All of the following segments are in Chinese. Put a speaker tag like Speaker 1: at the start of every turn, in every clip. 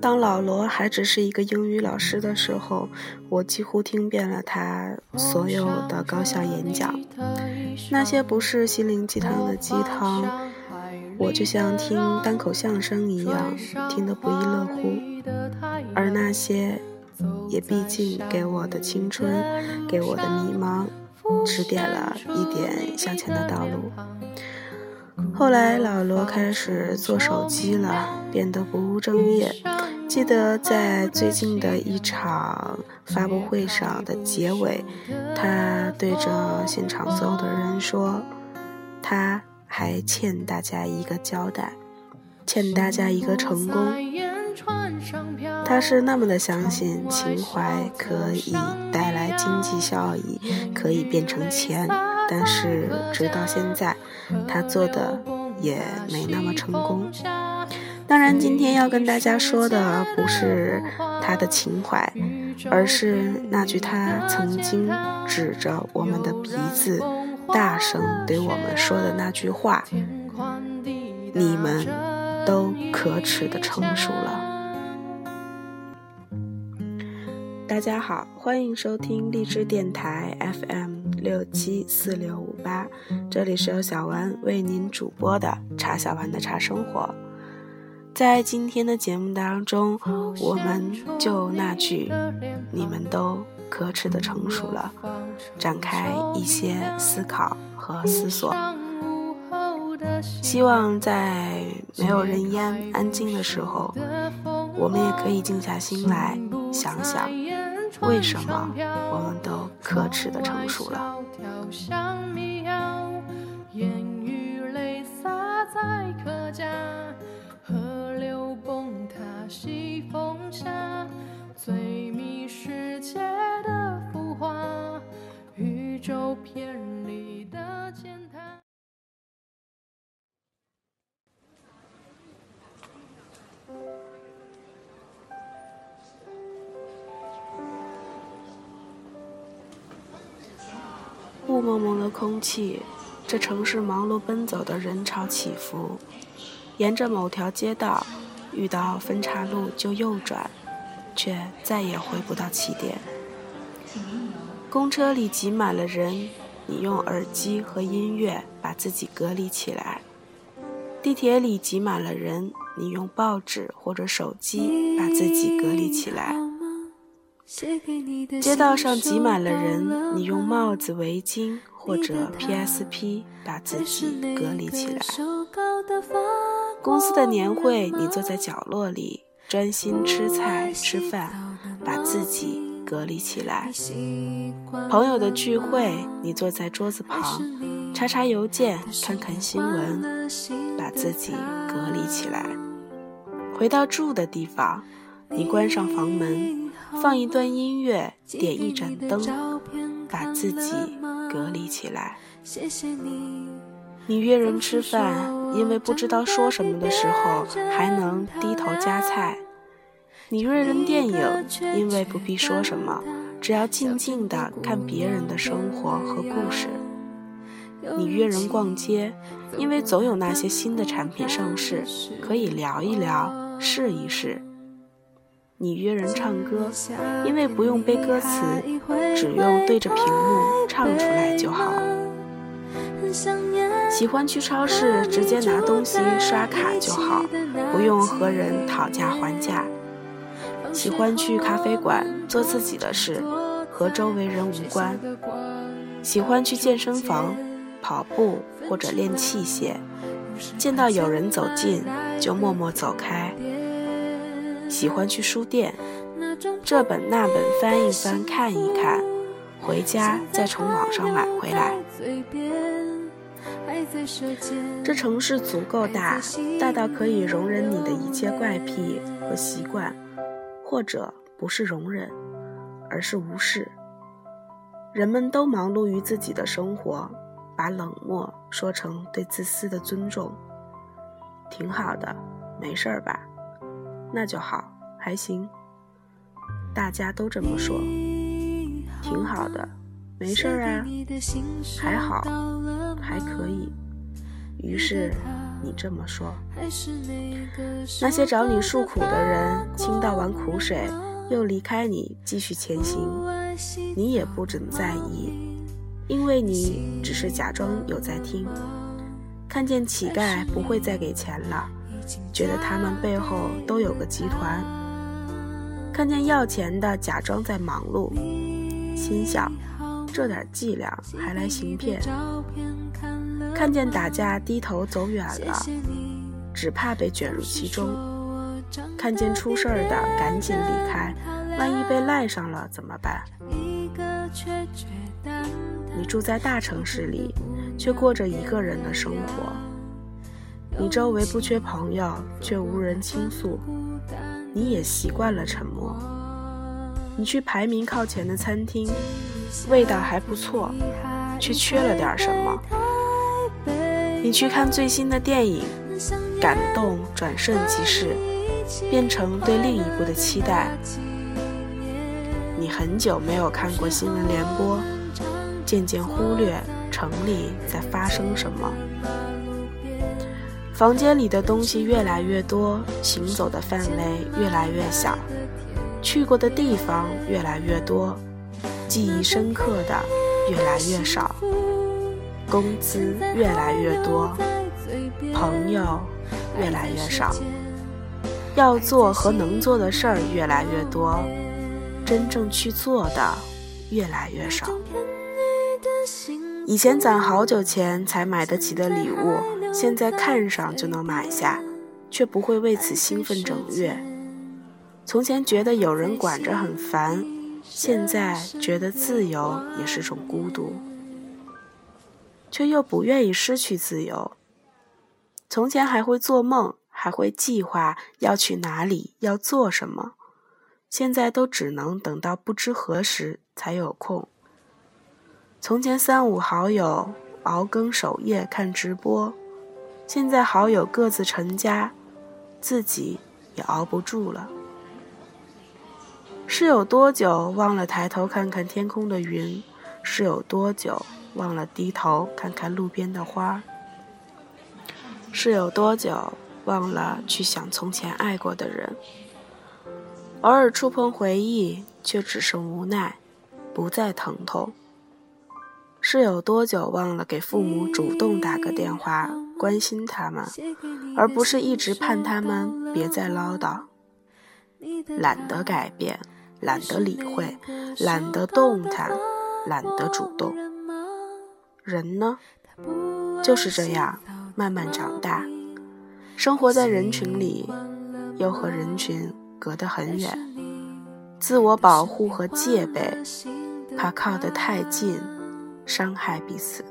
Speaker 1: 当老罗还只是一个英语老师的时候，我几乎听遍了他所有的高校演讲。那些不是心灵鸡汤的鸡汤，我就像听单口相声一样，听得不亦乐乎。而那些也毕竟给我的青春，给我的迷茫指点了一点向前的道路。后来老罗开始做手机了，变得不务正业。记得在最近的一场发布会上的结尾，他对着现场所有的人说，他还欠大家一个交代，欠大家一个成功。他是那么的相信情怀可以带来经济效益，可以变成钱，但是直到现在他做的也没那么成功。当然今天要跟大家说的不是他的情怀，而是那句他曾经指着我们的鼻子大声对我们说的那句话，你们都可耻的成熟了。大家好，欢迎收听荔枝电台 FM674658，这里是由小丸为您主播的茶小丸的茶生活。在今天的节目当中，我们就那句你们都可耻的成熟了展开一些思考和思索，希望在没有人烟安静的时候，我们也可以静下心来想想为什么我们都可耻的成熟了。河流崩塌西风下，最迷世界的浮华，宇宙偏离的践踏。雾蒙蒙的空气，这城市忙碌奔走的人潮起伏，沿着某条街道遇到分岔路就右转，却再也回不到起点。公车里挤满了人，你用耳机和音乐把自己隔离起来。地铁里挤满了人，你用报纸或者手机把自己隔离起来。街道上挤满了人，你用帽子、围巾或者 PSP 把自己隔离起来。公司的年会，你坐在角落里专心吃菜吃饭，把自己隔离起来。朋友的聚会，你坐在桌子旁查查邮件看看新闻，把自己隔离起来。回到住的地方，你关上房门，放一段音乐，点一盏灯，把自己隔离起来。你约人吃饭，因为不知道说什么的时候还能低头夹菜。你约人电影，因为不必说什么，只要静静地看别人的生活和故事。你约人逛街，因为总有那些新的产品上市，可以聊一聊，试一试。你约人唱歌，因为不用背歌词，只用对着屏幕唱出来就好。喜欢去超市，直接拿东西刷卡就好，不用和人讨价还价。喜欢去咖啡馆，做自己的事，和周围人无关。喜欢去健身房跑步或者练器械，见到有人走近就默默走开。喜欢去书店，这本那本翻一翻看一看，回家再从网上买回来。这城市足够大，大到可以容忍你的一切怪癖和习惯，或者不是容忍，而是无视。人们都忙碌于自己的生活，把冷漠说成对自私的尊重。挺好的，没事吧？那就好，还行。大家都这么说。挺好的，没事啊，还好，还可以。于是你这么说。那些找你诉苦的人倾倒完苦水又离开你继续前行，你也不准在意，因为你只是假装有在听。看见乞丐不会再给钱了，觉得他们背后都有个集团。看见要钱的假装在忙碌，心想这点伎俩还来行骗。看见打架低头走远了，只怕被卷入其中。看见出事儿的赶紧离开，万一被赖上了怎么办？你住在大城市里，却过着一个人的生活。你周围不缺朋友，却无人倾诉，你也习惯了沉默。你去排名靠前的餐厅，味道还不错，却缺了点什么。你去看最新的电影，感动转瞬即逝，变成对另一部的期待。你很久没有看过新闻联播，渐渐忽略城里在发生什么。房间里的东西越来越多，行走的范围越来越小，去过的地方越来越多，记忆深刻的越来越少，工资越来越多，朋友越来越少，要做和能做的事儿越来越多，真正去做的越来越少。以前攒好久钱才买得起的礼物，现在看上就能买下，却不会为此兴奋整月。从前觉得有人管着很烦，现在觉得自由也是种孤独，却又不愿意失去自由。从前还会做梦，还会计划要去哪里，要做什么，现在都只能等到不知何时才有空。从前3、5好友熬更守夜看直播，现在好友各自成家，自己也熬不住了。是有多久忘了抬头看看天空的云，是有多久忘了低头看看路边的花，是有多久忘了去想从前爱过的人。偶尔触碰回忆，却只剩无奈，不再疼痛。是有多久忘了给父母主动打个电话关心他们，而不是一直盼他们别再唠叨。懒得改变，懒得理会，懒得动弹，懒得主动。人呢，就是这样慢慢长大，生活在人群里，又和人群隔得很远。自我保护和戒备，怕靠得太近伤害彼此。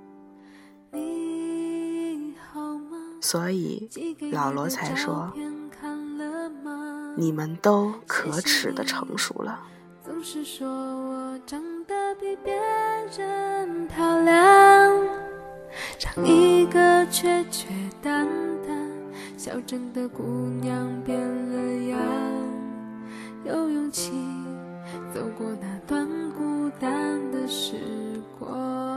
Speaker 1: 所以老罗才说，你们都可耻的成熟了。
Speaker 2: 总是说我长得比别人漂亮，像一个缺缺淡淡小镇的姑娘变了样，有勇气走过那段孤单的时光。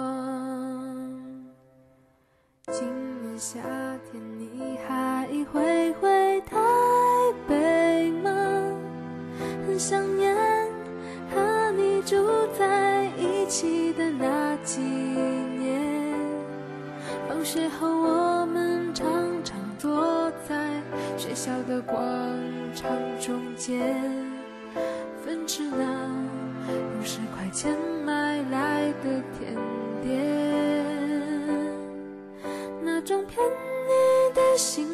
Speaker 2: 今年夏天你还会回台北吗？很想念和你住在一起的那几年，放学后我们常常坐在学校的广场中间，分吃那用10块钱买来的甜点，那种骗你的心